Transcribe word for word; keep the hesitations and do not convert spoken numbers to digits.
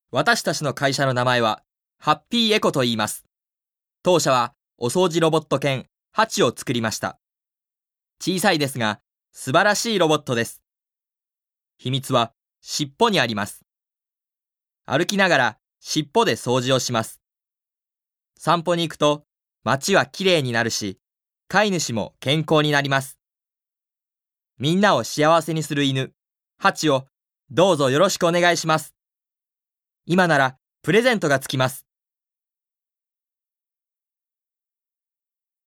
私たちの会社の名前はハッピーエコと言います。当社はお掃除ロボット犬ハチを作りました。小さいですが素晴らしいロボットです。秘密は尻尾にあります。歩きながら尻尾で掃除をします。散歩に行くと街はきれいになるし、飼い主も健康になります。みんなを幸せにする犬、ハチをどうぞよろしくお願いします。今ならプレゼントがつきます。